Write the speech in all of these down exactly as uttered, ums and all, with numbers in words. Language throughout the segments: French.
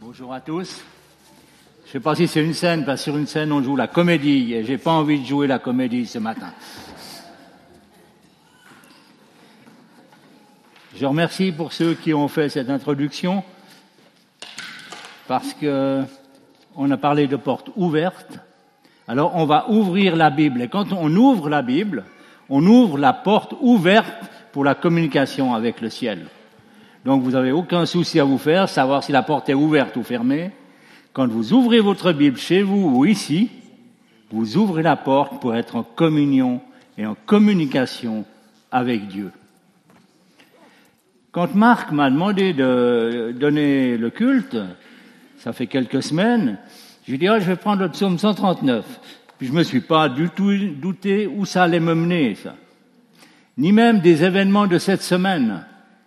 Bonjour à tous. Je ne sais pas si c'est une scène, parce que sur une scène on joue la comédie et j'ai pas envie de jouer la comédie ce matin. Je remercie pour ceux qui ont fait cette introduction, parce que on a parlé de portes ouvertes. Alors on va ouvrir la Bible, et quand on ouvre la Bible, on ouvre la porte ouverte pour la communication avec le ciel. Donc vous n'avez aucun souci à vous faire, savoir si la porte est ouverte ou fermée. Quand vous ouvrez votre Bible chez vous ou ici, vous ouvrez la porte pour être en communion et en communication avec Dieu. Quand Marc m'a demandé de donner le culte, ça fait quelques semaines, je lui ai dit ah, je vais prendre le psaume cent trente-neuf. Puis je me suis pas du tout douté où ça allait me mener, ça. Ni même des événements de cette semaine.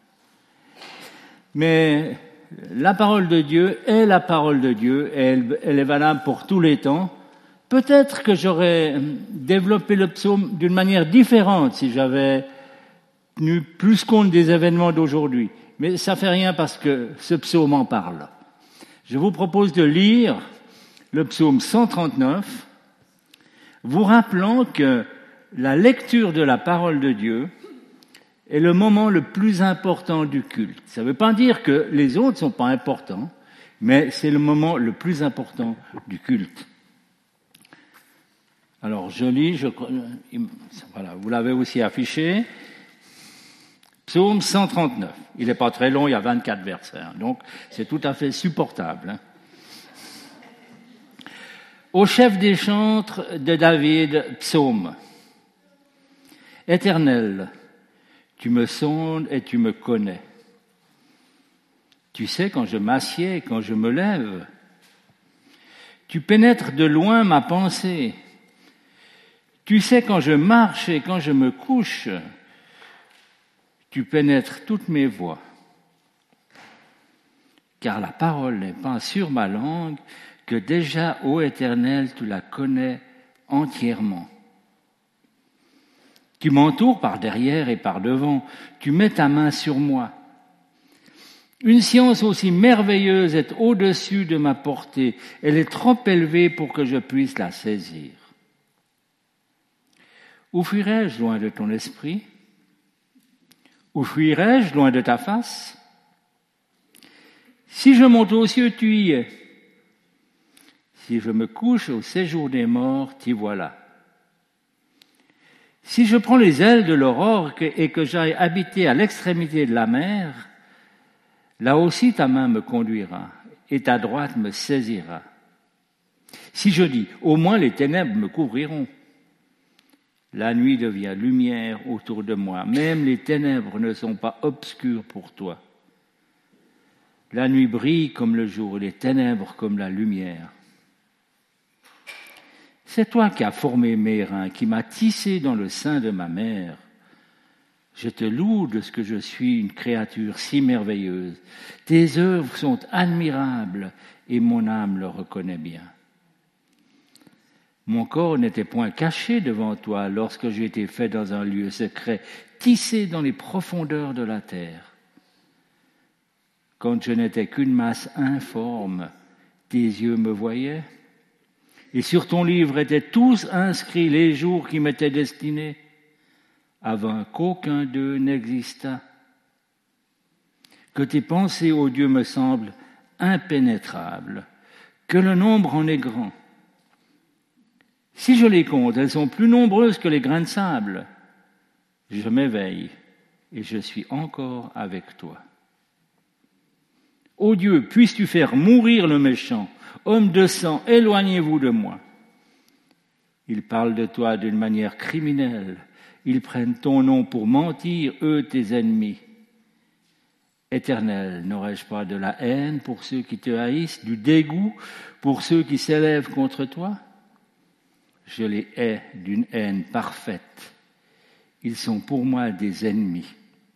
Mais la parole de Dieu est la parole de Dieu, et elle, elle est valable pour tous les temps. Peut-être que j'aurais développé le psaume d'une manière différente si j'avais tenu plus compte des événements d'aujourd'hui. Mais ça fait rien parce que ce psaume en parle. Je vous propose de lire le psaume cent trente-neuf, vous rappelant que la lecture de la parole de Dieu est le moment le plus important du culte. Ça ne veut pas dire que les autres ne sont pas importants, mais c'est le moment le plus important du culte. Alors, je lis, je, voilà, vous l'avez aussi affiché. Psaume cent trente-neuf. Il n'est pas très long, il y a vingt-quatre versets, hein, donc c'est tout à fait supportable. Hein. Au chef des chantres de David, psaume. Éternel, tu me sondes et tu me connais. Tu sais quand je m'assieds et quand je me lève. Tu pénètres de loin ma pensée. Tu sais quand je marche et quand je me couche. Tu pénètres toutes mes voies. Car la parole n'est pas sur ma langue, que déjà, ô Éternel, tu la connais entièrement. Tu m'entoures par derrière et par devant, tu mets ta main sur moi. Une science aussi merveilleuse est au-dessus de ma portée, elle est trop élevée pour que je puisse la saisir. Où fuirais-je loin de ton esprit ? Où fuirais-je loin de ta face ? Si je monte aux cieux, tu y es. Si je me couche au séjour des morts, t'y voilà. Si je prends les ailes de l'aurore et que j'aille habiter à l'extrémité de la mer, là aussi ta main me conduira et ta droite me saisira. Si je dis, au moins les ténèbres me couvriront, la nuit devient lumière autour de moi. Même les ténèbres ne sont pas obscures pour toi. La nuit brille comme le jour, les ténèbres comme la lumière. C'est toi qui as formé mes reins, qui m'as tissé dans le sein de ma mère. Je te loue de ce que je suis une créature si merveilleuse. Tes œuvres sont admirables et mon âme le reconnaît bien. Mon corps n'était point caché devant toi lorsque j'ai été fait dans un lieu secret, tissé dans les profondeurs de la terre. Quand je n'étais qu'une masse informe, tes yeux me voyaient. Et sur ton livre étaient tous inscrits les jours qui m'étaient destinés, avant qu'aucun d'eux n'existât. Que tes pensées, ô Dieu, me semblent impénétrables, que le nombre en est grand. Si je les compte, elles sont plus nombreuses que les grains de sable. Je m'éveille et je suis encore avec toi. Ô Dieu, puisses-tu faire mourir le méchant, homme de sang, éloignez-vous de moi. Ils parlent de toi d'une manière criminelle. Ils prennent ton nom pour mentir, eux, tes ennemis. Éternel, n'aurais-je pas de la haine pour ceux qui te haïssent, du dégoût pour ceux qui s'élèvent contre toi ? Je les hais d'une haine parfaite. Ils sont pour moi des ennemis.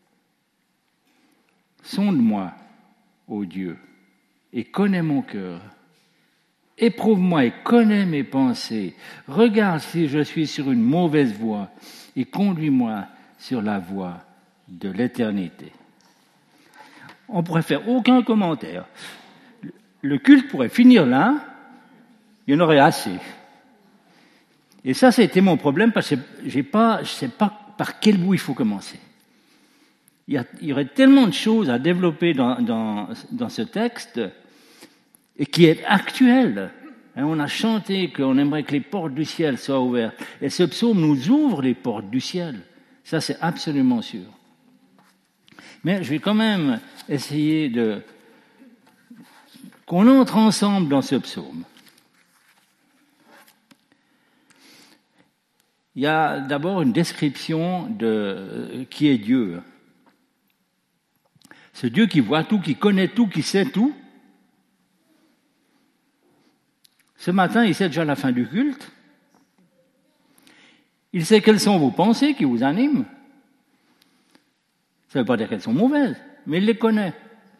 Sonde-moi, ô Dieu, et connais mon cœur. Éprouve-moi et connais mes pensées. Regarde si je suis sur une mauvaise voie et conduis-moi sur la voie de l'éternité. On pourrait faire aucun commentaire. le culte pourrait finir là, il y en aurait assez. Et ça, c'était mon problème parce que j'ai pas, je sais pas par quel bout il faut commencer. Il y, a, il y aurait tellement de choses à développer dans, dans, dans ce texte et qui est actuel. On a chanté qu'on aimerait que les portes du ciel soient ouvertes. Et ce psaume nous ouvre les portes du ciel. Ça, c'est absolument sûr. Mais je vais quand même essayer de qu'on entre ensemble dans ce psaume. Il y a d'abord une description de qui est Dieu. Ce Dieu qui voit tout, qui connaît tout, qui sait tout. Ce matin, il sait déjà la fin du culte. Il sait quelles sont vos pensées qui vous animent. Ça ne veut pas dire qu'elles sont mauvaises, mais il les connaît.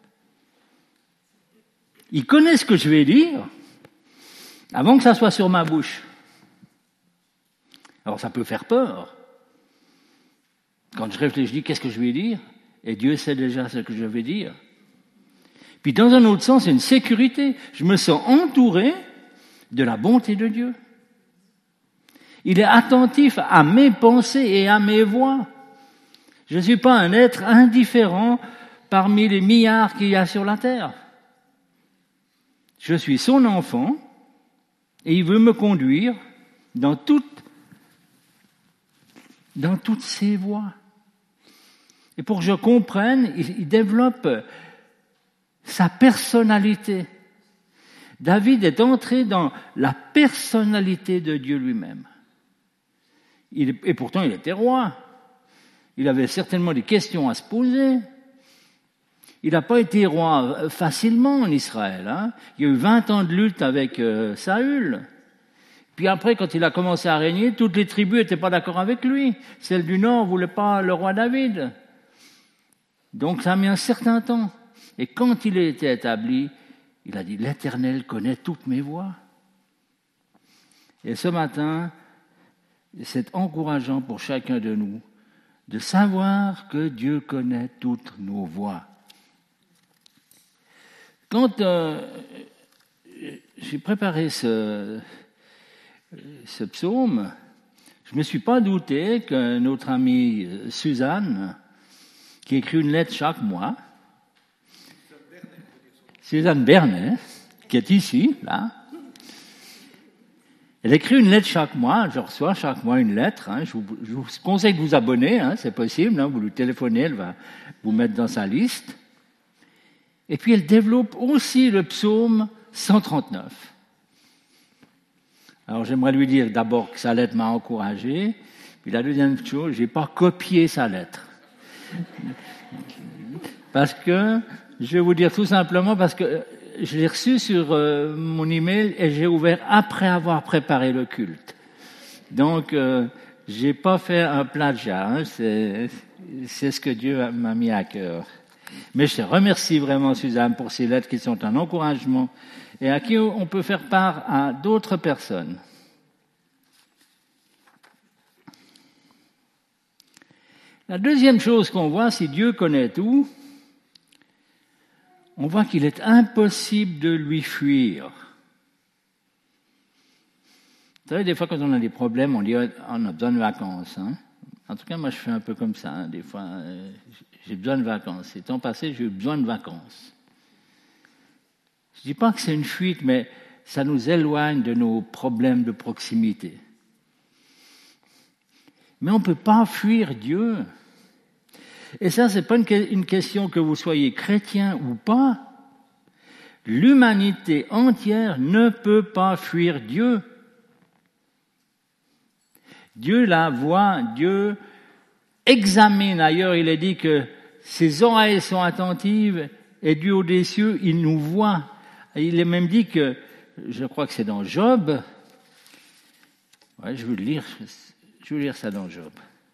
Il connaît ce que je vais dire avant que ça soit sur ma bouche. Alors ça peut faire peur. Quand je réfléchis, qu'est-ce que je vais dire? Et Dieu sait déjà ce que je vais dire. Puis dans un autre sens, c'est une sécurité. Je me sens entouré de la bonté de Dieu. Il est attentif à mes pensées et à mes voix. Je ne suis pas un être indifférent parmi les milliards qu'il y a sur la terre. Je suis son enfant et il veut me conduire dans toutes, dans toutes ses voies. Et pour que je comprenne, il, il développe sa personnalité. David est entré dans la personnalité de Dieu lui-même. Il, et pourtant, il était roi. Il avait certainement des questions à se poser. Il n'a pas été roi facilement en Israël. Hein. Il y a eu vingt ans de lutte avec euh, Saül. Puis après, quand il a commencé à régner, toutes les tribus n'étaient pas d'accord avec lui. Celle du Nord ne voulait pas le roi David. Donc ça a mis un certain temps. Et quand il a été établi, il a dit « L'Éternel connaît toutes mes voies ». Et ce matin, c'est encourageant pour chacun de nous de savoir que Dieu connaît toutes nos voies. Quand euh, j'ai préparé ce, ce psaume, je ne me suis pas douté que notre amie Suzanne, qui écrit une lettre chaque mois, Suzanne Bernet, qui est ici, là, elle écrit une lettre chaque mois, je reçois chaque mois une lettre, hein, je, vous, je vous conseille de vous abonner, hein, c'est possible, hein, vous lui téléphonez, elle va vous mettre dans sa liste. Et puis elle développe aussi le psaume cent trente-neuf. Alors j'aimerais lui dire d'abord que sa lettre m'a encouragé, puis la deuxième chose, j'ai pas copié sa lettre. Parce que, je vais vous dire tout simplement, parce que je l'ai reçu sur euh, mon email et j'ai ouvert après avoir préparé le culte. Donc, euh, j'ai pas fait un plagiat, hein, c'est, c'est ce que Dieu m'a mis à cœur. Mais je te remercie vraiment, Suzanne, pour ces lettres qui sont un encouragement et à qui on peut faire part à d'autres personnes. La deuxième chose qu'on voit, si Dieu connaît tout, on voit qu'il est impossible de lui fuir. Vous savez, des fois, quand on a des problèmes, on dit on a besoin de vacances. Hein. En tout cas, moi, je fais un peu comme ça. Hein. Des fois, euh, j'ai besoin de vacances. Ces temps passés, j'ai eu besoin de vacances. Je ne dis pas que c'est une fuite, mais ça nous éloigne de nos problèmes de proximité. Mais on ne peut pas fuir Dieu. Et ça, c'est pas une, une question que vous soyez chrétien ou pas. L'humanité entière ne peut pas fuir Dieu. Dieu la voit, Dieu examine. Ailleurs, il est dit que ses oreilles sont attentives et du haut des cieux, il nous voit. Et il est même dit que, je crois que c'est dans Job. Ouais, je vais le lire. Je vais lire ça dans Job.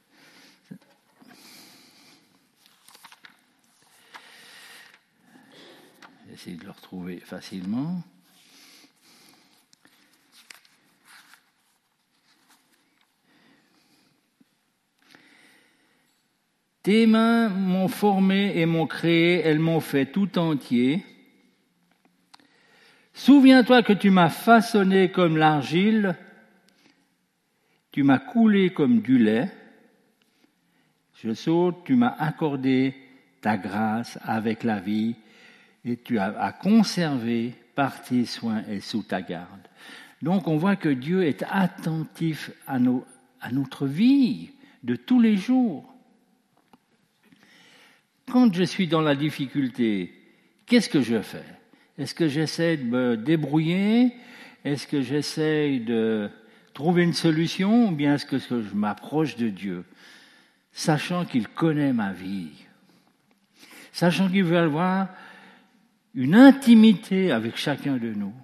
Essayer de le retrouver facilement. Tes mains m'ont formé et m'ont créé, elles m'ont fait tout entier. Souviens-toi que tu m'as façonné comme l'argile, tu m'as coulé comme du lait. Je saute, tu m'as accordé ta grâce avec la vie et tu as, as conservé par tes soins et sous ta garde. Donc on voit que Dieu est attentif à, nos, à notre vie de tous les jours. Quand je suis dans la difficulté, qu'est-ce que je fais? Est-ce que j'essaie de me débrouiller? Est-ce que j'essaie de trouver une solution? Ou bien est-ce que je m'approche de Dieu, sachant qu'il connaît ma vie, sachant qu'il veut avoir une intimité avec chacun de nous?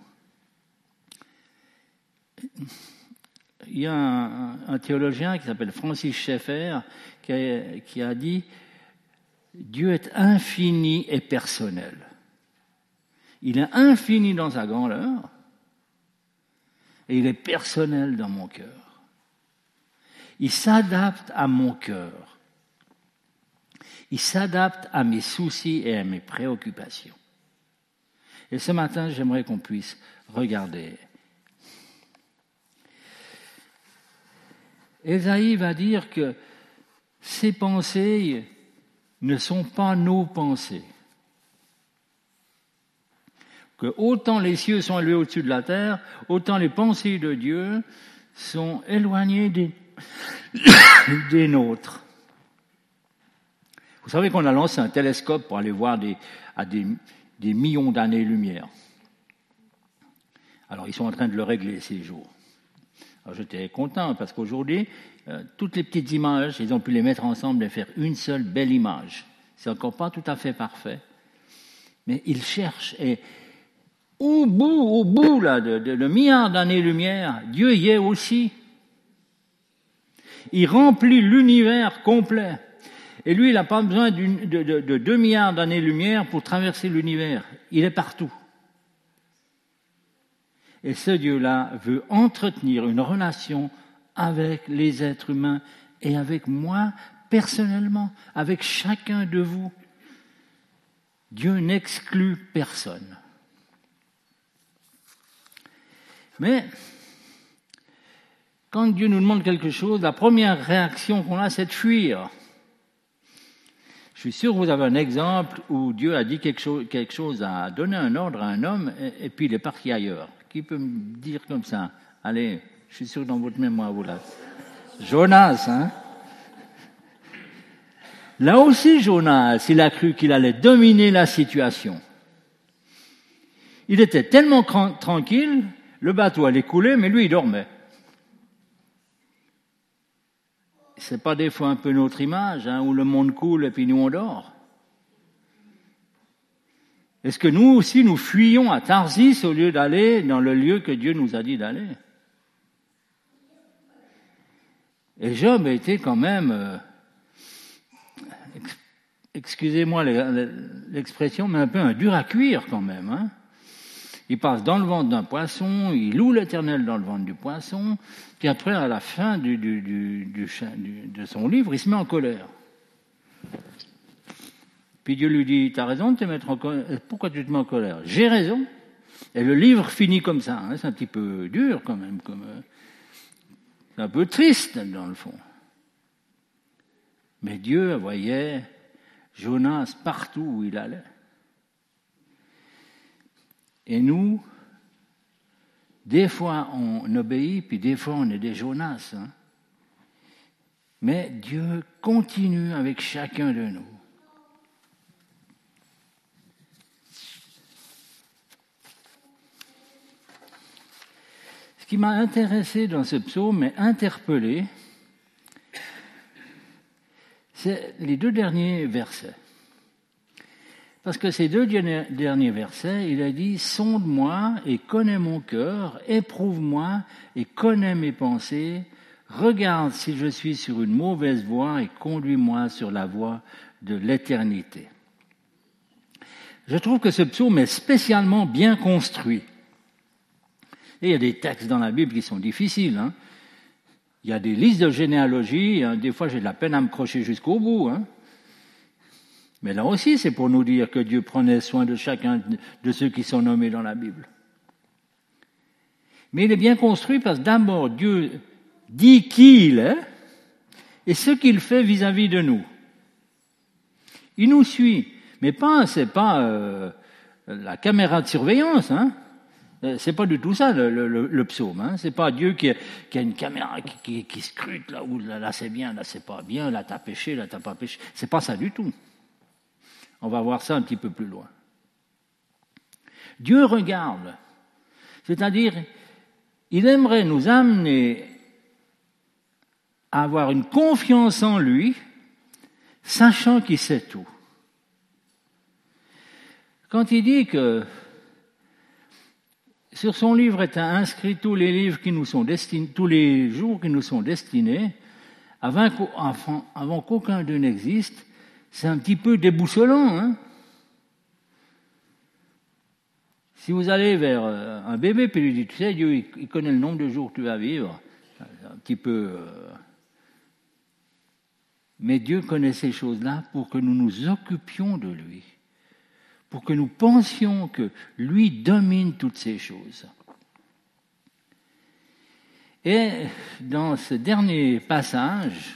Il y a un, un théologien qui s'appelle Francis Schaeffer qui a, qui a dit « Dieu est infini et personnel ». Il est infini dans sa grandeur et il est personnel dans mon cœur. Il s'adapte à mon cœur. Il s'adapte à mes soucis et à mes préoccupations. Et ce matin, j'aimerais qu'on puisse regarder. Ésaïe va dire que ces pensées ne sont pas nos pensées. Que autant les cieux sont élevés au-dessus de la terre, autant les pensées de Dieu sont éloignées des, des nôtres. Vous savez qu'on a lancé un télescope pour aller voir des, à des, des millions d'années-lumière. Alors ils sont en train de le régler ces jours. Alors j'étais content parce qu'aujourd'hui, euh, toutes les petites images, ils ont pu les mettre ensemble et faire une seule belle image. C'est encore pas tout à fait parfait, mais ils cherchent et au bout, au bout là, de, de, de milliards d'années-lumière, Dieu y est aussi. Il remplit l'univers complet. Et lui, il n'a pas besoin d'une, de, de, de deux milliards d'années-lumière pour traverser l'univers. Il est partout. Et ce Dieu-là veut entretenir une relation avec les êtres humains et avec moi personnellement, avec chacun de vous. Dieu n'exclut personne. Mais quand Dieu nous demande quelque chose, la première réaction qu'on a, c'est de fuir. Je suis sûr que vous avez un exemple où Dieu a dit quelque chose, quelque chose a donné un ordre à un homme et, et puis il est parti ailleurs. Qui peut me dire comme ça? Allez, je suis sûr que dans votre mémoire, vous l'avez. Jonas, hein? Là aussi, Jonas, il a cru qu'il allait dominer la situation. Il était tellement cran- tranquille, le bateau allait couler, mais lui, il dormait. C'est pas des fois un peu notre image, hein, où le monde coule et puis nous on dort? Est-ce que nous aussi, nous fuyons à Tarsis au lieu d'aller dans le lieu que Dieu nous a dit d'aller? Et Job était quand même, euh, ex- excusez-moi l'expression, mais un peu un dur à cuire quand même. Hein. Il passe dans le ventre d'un poisson, il loue l'Éternel dans le ventre du poisson, puis après, à la fin du, du, du, du, du, de son livre, il se met en colère. Puis Dieu lui dit, t'as raison de te mettre en colère. Pourquoi tu te mets en colère? J'ai raison. Et le livre finit comme ça. Hein. C'est un petit peu dur quand même. Comme, euh, c'est un peu triste dans le fond. Mais Dieu voyait Jonas partout où il allait. Et nous, des fois on obéit, puis des fois on est des Jonas. Hein. Mais Dieu continue avec chacun de nous. Ce qui m'a intéressé dans ce psaume et interpellé, c'est les deux derniers versets. Parce que ces deux derniers versets, il a dit « Sonde-moi et connais mon cœur, éprouve-moi et connais mes pensées, regarde si je suis sur une mauvaise voie et conduis-moi sur la voie de l'éternité. » Je trouve que ce psaume est spécialement bien construit. Et il y a des textes dans la Bible qui sont difficiles. Hein. Il y a des listes de généalogie, hein. Des fois j'ai de la peine à me crocher jusqu'au bout. Hein. Mais là aussi, c'est pour nous dire que Dieu prenait soin de chacun de ceux qui sont nommés dans la Bible. Mais il est bien construit parce que d'abord, Dieu dit qui il est et ce qu'il fait vis-à-vis de nous. Il nous suit, mais pas, c'est pas euh, la caméra de surveillance, hein. C'est pas du tout ça le, le, le psaume, hein. C'est pas Dieu qui a, qui a une caméra qui, qui, qui scrute là où là, là c'est bien, là c'est pas bien, là t'as péché, là t'as pas péché. C'est pas ça du tout. On va voir ça un petit peu plus loin. Dieu regarde, c'est-à-dire il aimerait nous amener à avoir une confiance en lui, sachant qu'il sait tout. Quand il dit que sur son livre est inscrit tous les livres qui nous sont destinés, tous les jours qui nous sont destinés, avant, avant, avant qu'aucun d'eux n'existe, c'est un petit peu déboussolant, hein. Si vous allez vers un bébé puis lui dites, tu sais, Dieu, il connaît le nombre de jours que tu vas vivre, un petit peu. Euh... Mais Dieu connaît ces choses-là pour que nous nous occupions de lui, pour que nous pensions que lui domine toutes ces choses. Et dans ce dernier passage,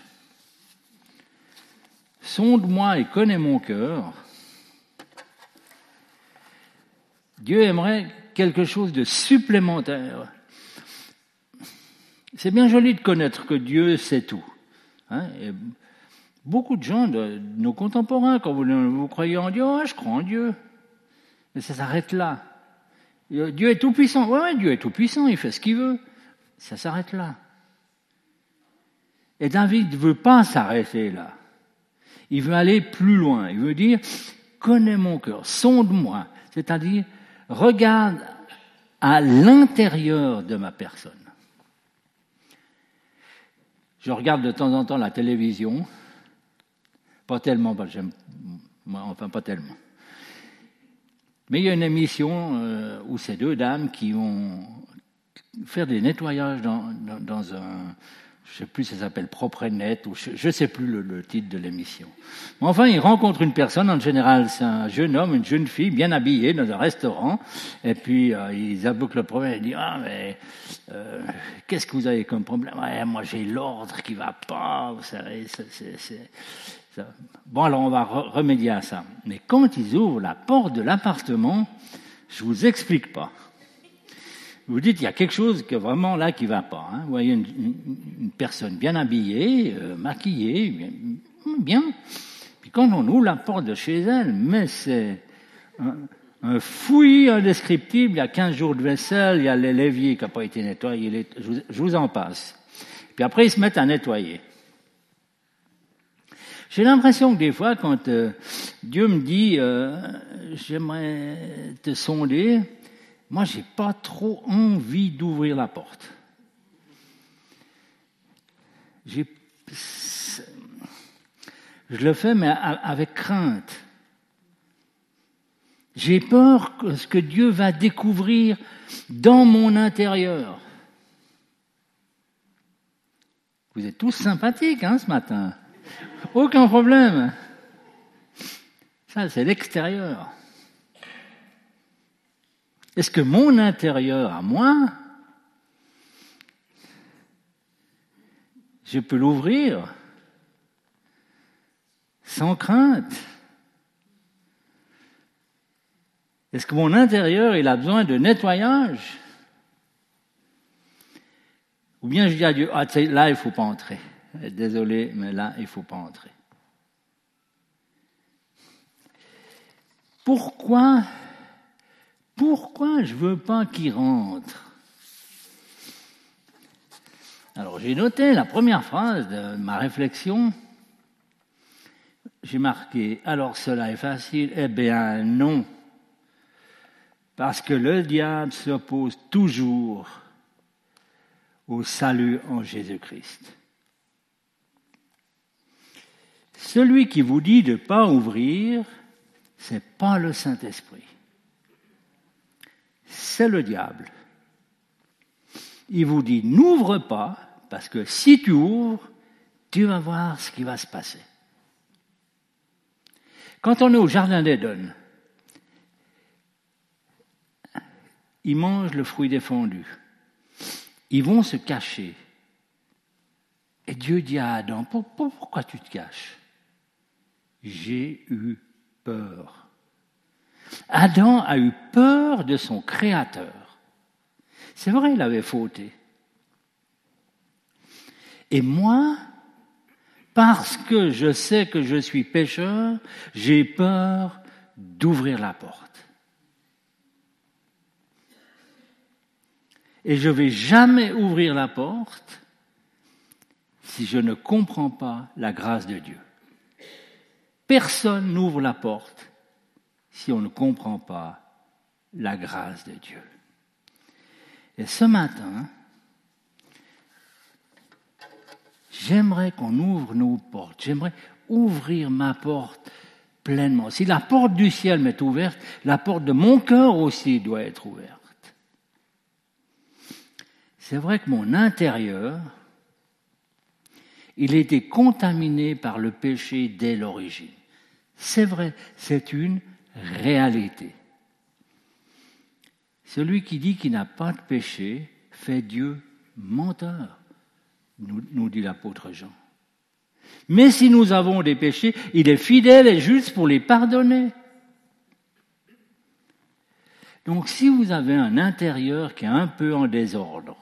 sonde-moi et connais mon cœur. Dieu aimerait quelque chose de supplémentaire. C'est bien joli de connaître que Dieu sait tout. Hein, et beaucoup de gens, de, de nos contemporains, quand vous, vous croyez en Dieu, oh, je crois en Dieu. Mais ça s'arrête là. Dieu est tout puissant. Ouais, ouais, Dieu est tout puissant, il fait ce qu'il veut. Ça s'arrête là. Et David ne veut pas s'arrêter là. Il veut aller plus loin. Il veut dire, connais mon cœur, sonde-moi. C'est-à-dire, regarde à l'intérieur de ma personne. Je regarde de temps en temps la télévision. Pas tellement, parce que j'aime, enfin pas tellement. Mais il y a une émission euh, où c'est deux dames qui vont faire des nettoyages dans, dans, dans un, je ne sais plus, ça s'appelle Propre Net, ou je ne sais plus le, le titre de l'émission. Mais enfin, ils rencontrent une personne, en général, c'est un jeune homme, une jeune fille, bien habillée, dans un restaurant, et puis euh, ils abouclent le problème, et ils disent, ah, mais euh, qu'est-ce que vous avez comme problème? Ouais, moi j'ai l'ordre qui va pas, vous savez, c'est... c'est, c'est ça. Bon, alors on va re- remédier à ça. Mais quand ils ouvrent la porte de l'appartement, je vous explique pas. Vous dites, il y a quelque chose que vraiment là qui va pas. Hein. Vous voyez une, une, une personne bien habillée, euh, maquillée, bien, bien. Puis quand on ouvre la porte de chez elle, mais c'est un, un fouillis indescriptible. Il y a quinze jours de vaisselle, il y a l'évier qui n'a pas été nettoyé. Les, je, vous, je vous en passe. Puis après, ils se mettent à nettoyer. J'ai l'impression que des fois, quand euh, Dieu me dit euh, « j'aimerais te sonder », moi, j'ai pas trop envie d'ouvrir la porte. J'ai, je le fais, mais avec crainte. J'ai peur que ce que Dieu va découvrir dans mon intérieur. Vous êtes tous sympathiques, hein, ce matin. Aucun problème. Ça, c'est l'extérieur. Est-ce que mon intérieur à moi, je peux l'ouvrir sans crainte? Est-ce que mon intérieur, il a besoin de nettoyage? Ou bien je dis à Dieu, ah, là, il ne faut pas entrer. Désolé, mais là, il ne faut pas entrer. Pourquoi, pourquoi je ne veux pas qu'il rentre? Alors, j'ai noté la première phrase de ma réflexion. J'ai marqué, alors cela est facile. Eh bien, non. Parce que le diable s'oppose toujours au salut en Jésus-Christ. Celui qui vous dit de ne pas ouvrir, ce n'est pas le Saint-Esprit. C'est le diable. Il vous dit, n'ouvre pas, parce que si tu ouvres, tu vas voir ce qui va se passer. Quand on est au jardin d'Éden, il mange le fruit défendu. Ils vont se cacher. Et Dieu dit à Adam, pourquoi tu te caches? J'ai eu peur. Adam a eu peur de son Créateur. C'est vrai, il avait fauté. Et moi, parce que je sais que je suis pécheur, j'ai peur d'ouvrir la porte. Et je ne vais jamais ouvrir la porte si je ne comprends pas la grâce de Dieu. Personne n'ouvre la porte si on ne comprend pas la grâce de Dieu. Et ce matin, j'aimerais qu'on ouvre nos portes. J'aimerais ouvrir ma porte pleinement. Si la porte du ciel m'est ouverte, la porte de mon cœur aussi doit être ouverte. C'est vrai que mon intérieur, il était contaminé par le péché dès l'origine. C'est vrai, c'est une réalité. Celui qui dit qu'il n'a pas de péché fait Dieu menteur, nous, nous dit l'apôtre Jean. Mais si nous avons des péchés, il est fidèle et juste pour les pardonner. Donc si vous avez un intérieur qui est un peu en désordre,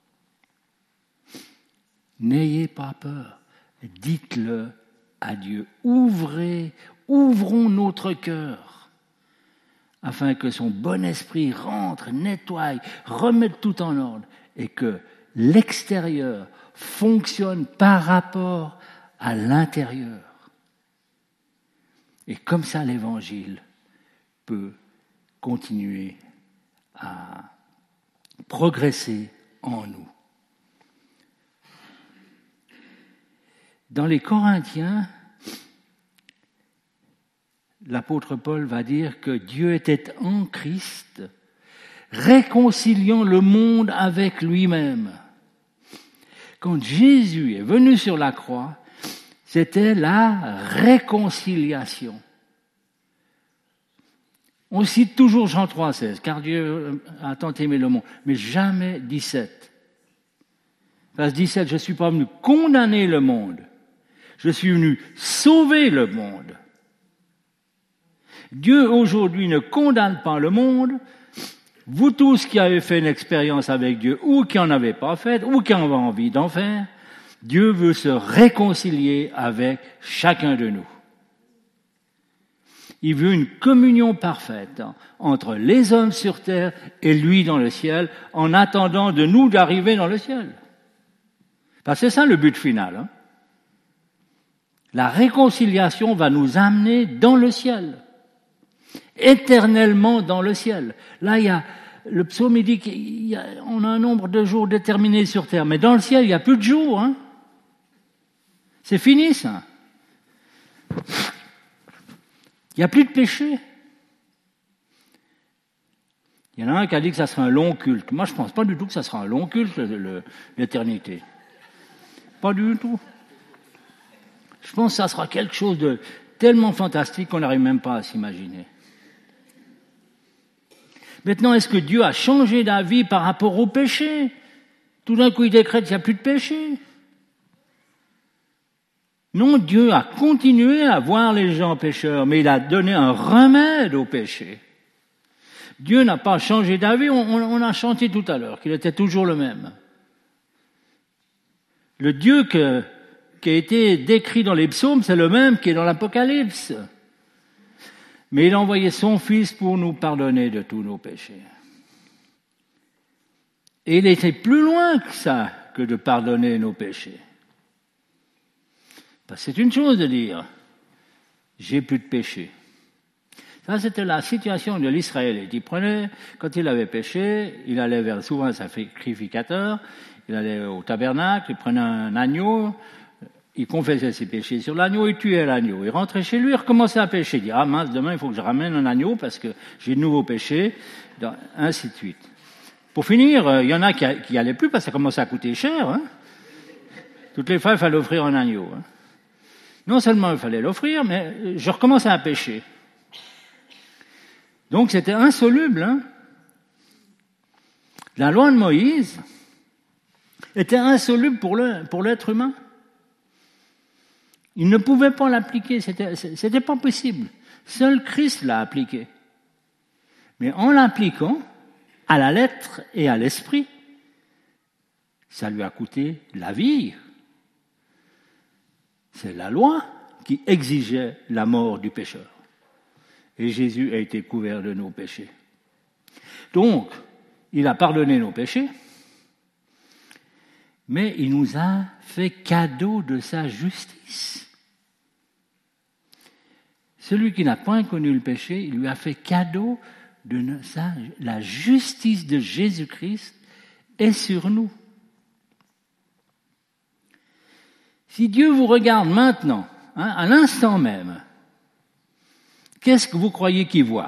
n'ayez pas peur, dites-le à Dieu. Ouvrez, ouvrons notre cœur, afin que son bon esprit rentre, nettoie, remette tout en ordre, et que l'extérieur fonctionne par rapport à l'intérieur. Et comme ça, l'Évangile peut continuer à progresser en nous. Dans les Corinthiens, l'apôtre Paul va dire que Dieu était en Christ, réconciliant le monde avec lui-même. Quand Jésus est venu sur la croix, c'était la réconciliation. On cite toujours Jean trois seize, car Dieu a tant aimé le monde, mais jamais dix-sept. Verset dix-sept, je ne suis pas venu condamner le monde. Je suis venu sauver le monde. Dieu aujourd'hui ne condamne pas le monde. Vous tous qui avez fait une expérience avec Dieu, ou qui n'en avez pas fait, ou qui en avez envie d'en faire, Dieu veut se réconcilier avec chacun de nous. Il veut une communion parfaite entre les hommes sur terre et lui dans le ciel, en attendant de nous d'arriver dans le ciel. Parce que c'est ça le but final. Hein. La réconciliation va nous amener dans le ciel. Éternellement dans le ciel. Là, il y a, le psaume il dit qu'on a un nombre de jours déterminés sur terre, mais dans le ciel, il n'y a plus de jours. Hein. C'est fini, ça. Il n'y a plus de péché. Il y en a un qui a dit que ça sera un long culte. Moi, je ne pense pas du tout que ça sera un long culte, le, le, l'éternité. Pas du tout. Je pense que ça sera quelque chose de tellement fantastique qu'on n'arrive même pas à s'imaginer. Maintenant, est-ce que Dieu a changé d'avis par rapport au péché? Tout d'un coup, il décrète qu'il n'y a plus de péché. Non, Dieu a continué à voir les gens pécheurs, mais il a donné un remède au péché. Dieu n'a pas changé d'avis, on, on a chanté tout à l'heure qu'il était toujours le même. Le Dieu que, qui a été décrit dans les psaumes, c'est le même qui est dans l'Apocalypse. Mais il a envoyé son Fils pour nous pardonner de tous nos péchés. Et il était plus loin que ça, que de pardonner nos péchés. Parce que c'est une chose de dire « j'ai plus de péché ». Ça, c'était la situation de l'Israélite. Il prenait, quand il avait péché, il allait vers souvent un sacrificateur, il allait au tabernacle, il prenait un agneau, il confessait ses péchés sur l'agneau, il tuait l'agneau. Il rentrait chez lui, il recommençait à pécher. Il dit « Ah mince, demain il faut que je ramène un agneau parce que j'ai de nouveaux péchés », ainsi de suite. Pour finir, il y en a qui n'allaient plus parce que ça commençait à coûter cher. Hein. Toutes les fois, il fallait offrir un agneau. Hein. Non seulement il fallait l'offrir, mais je recommençais à pécher. Donc c'était insoluble. Hein. La loi de Moïse, était insoluble pour, le, pour l'être humain. Il ne pouvait pas l'appliquer, c'était, c'était pas possible. Seul Christ l'a appliqué. Mais en l'appliquant à la lettre et à l'esprit, ça lui a coûté la vie. C'est la loi qui exigeait la mort du pécheur. Et Jésus a été couvert de nos péchés. Donc, il a pardonné nos péchés, mais il nous a fait cadeau de sa justice. Celui qui n'a point connu le péché, il lui a fait cadeau de sa, la justice de Jésus-Christ est sur nous. Si Dieu vous regarde maintenant, hein, à l'instant même, qu'est-ce que vous croyez qu'il voit?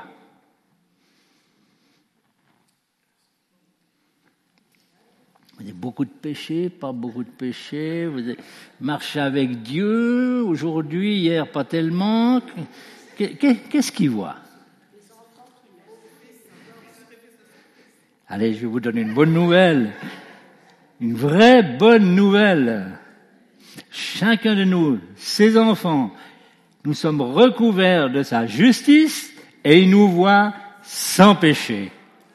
Vous avez beaucoup de péchés, pas beaucoup de péchés, vous avez marché avec Dieu, aujourd'hui, hier, pas tellement. Qu'est-ce qu'il voit? Allez, je vais vous donner une bonne nouvelle, une vraie bonne nouvelle. Chacun de nous, ses enfants, nous sommes recouverts de sa justice et il nous voit sans péché.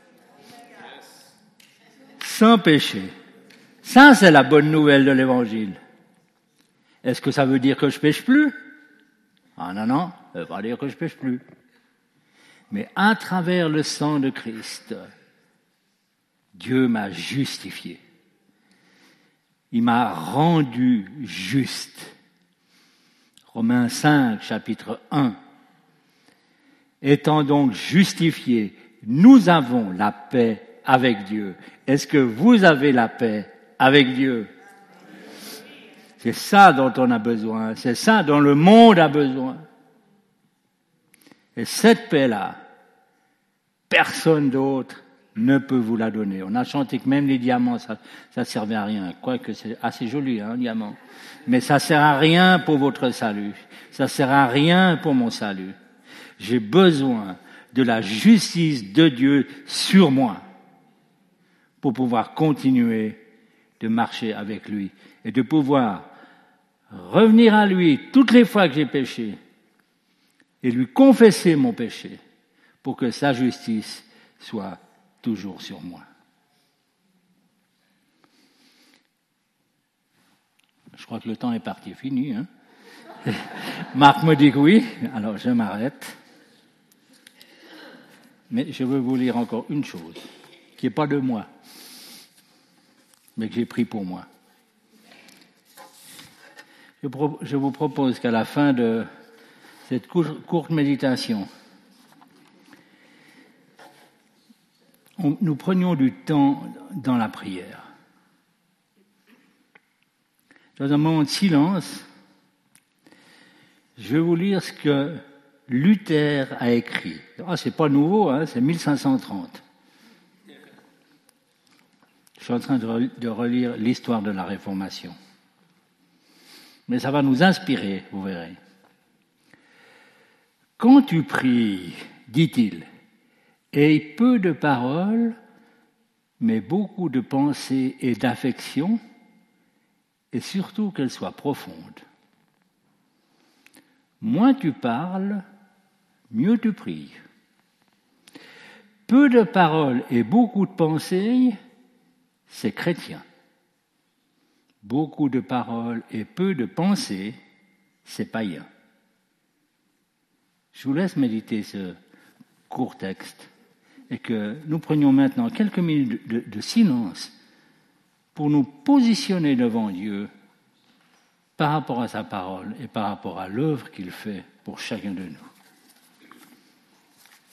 Sans péché. Ça, c'est la bonne nouvelle de l'Évangile. Est-ce que ça veut dire que je pêche plus? Ah non, non, ça ne veut pas dire que je pêche plus. Mais à travers le sang de Christ, Dieu m'a justifié. Il m'a rendu juste. Romains cinq, chapitre un. Étant donc justifiés, nous avons la paix avec Dieu. Est-ce que vous avez la paix avec Dieu? C'est ça dont on a besoin. C'est ça dont le monde a besoin. Et cette paix-là, personne d'autre ne peut vous la donner. On a chanté que même les diamants, ça ne servait à rien. Quoique c'est assez joli, hein, un diamant. Mais ça ne sert à rien pour votre salut. Ça ne sert à rien pour mon salut. J'ai besoin de la justice de Dieu sur moi pour pouvoir continuer de marcher avec lui et de pouvoir revenir à lui toutes les fois que j'ai péché et lui confesser mon péché pour que sa justice soit toujours sur moi. Je crois que le temps est parti, fini. Hein? Marc me dit que oui, alors je m'arrête. Mais je veux vous lire encore une chose, qui n'est pas de moi, mais que j'ai pris pour moi. Je, pro- je vous propose qu'à la fin de cette cour- courte méditation, on, nous prenions du temps dans la prière. Dans un moment de silence, je vais vous lire ce que Luther a écrit. Ah, c'est pas nouveau, hein, c'est mille cinq cent trente. Je suis en train de relire l'histoire de la Réformation. Mais ça va nous inspirer, vous verrez. Quand tu pries, dit-il, aie peu de paroles, mais beaucoup de pensées et d'affections, et surtout qu'elles soient profondes. Moins tu parles, mieux tu pries. Peu de paroles et beaucoup de pensées, c'est chrétien. Beaucoup de paroles et peu de pensées, c'est païen. Je vous laisse méditer ce court texte et que nous prenions maintenant quelques minutes de, de silence pour nous positionner devant Dieu par rapport à sa parole et par rapport à l'œuvre qu'il fait pour chacun de nous.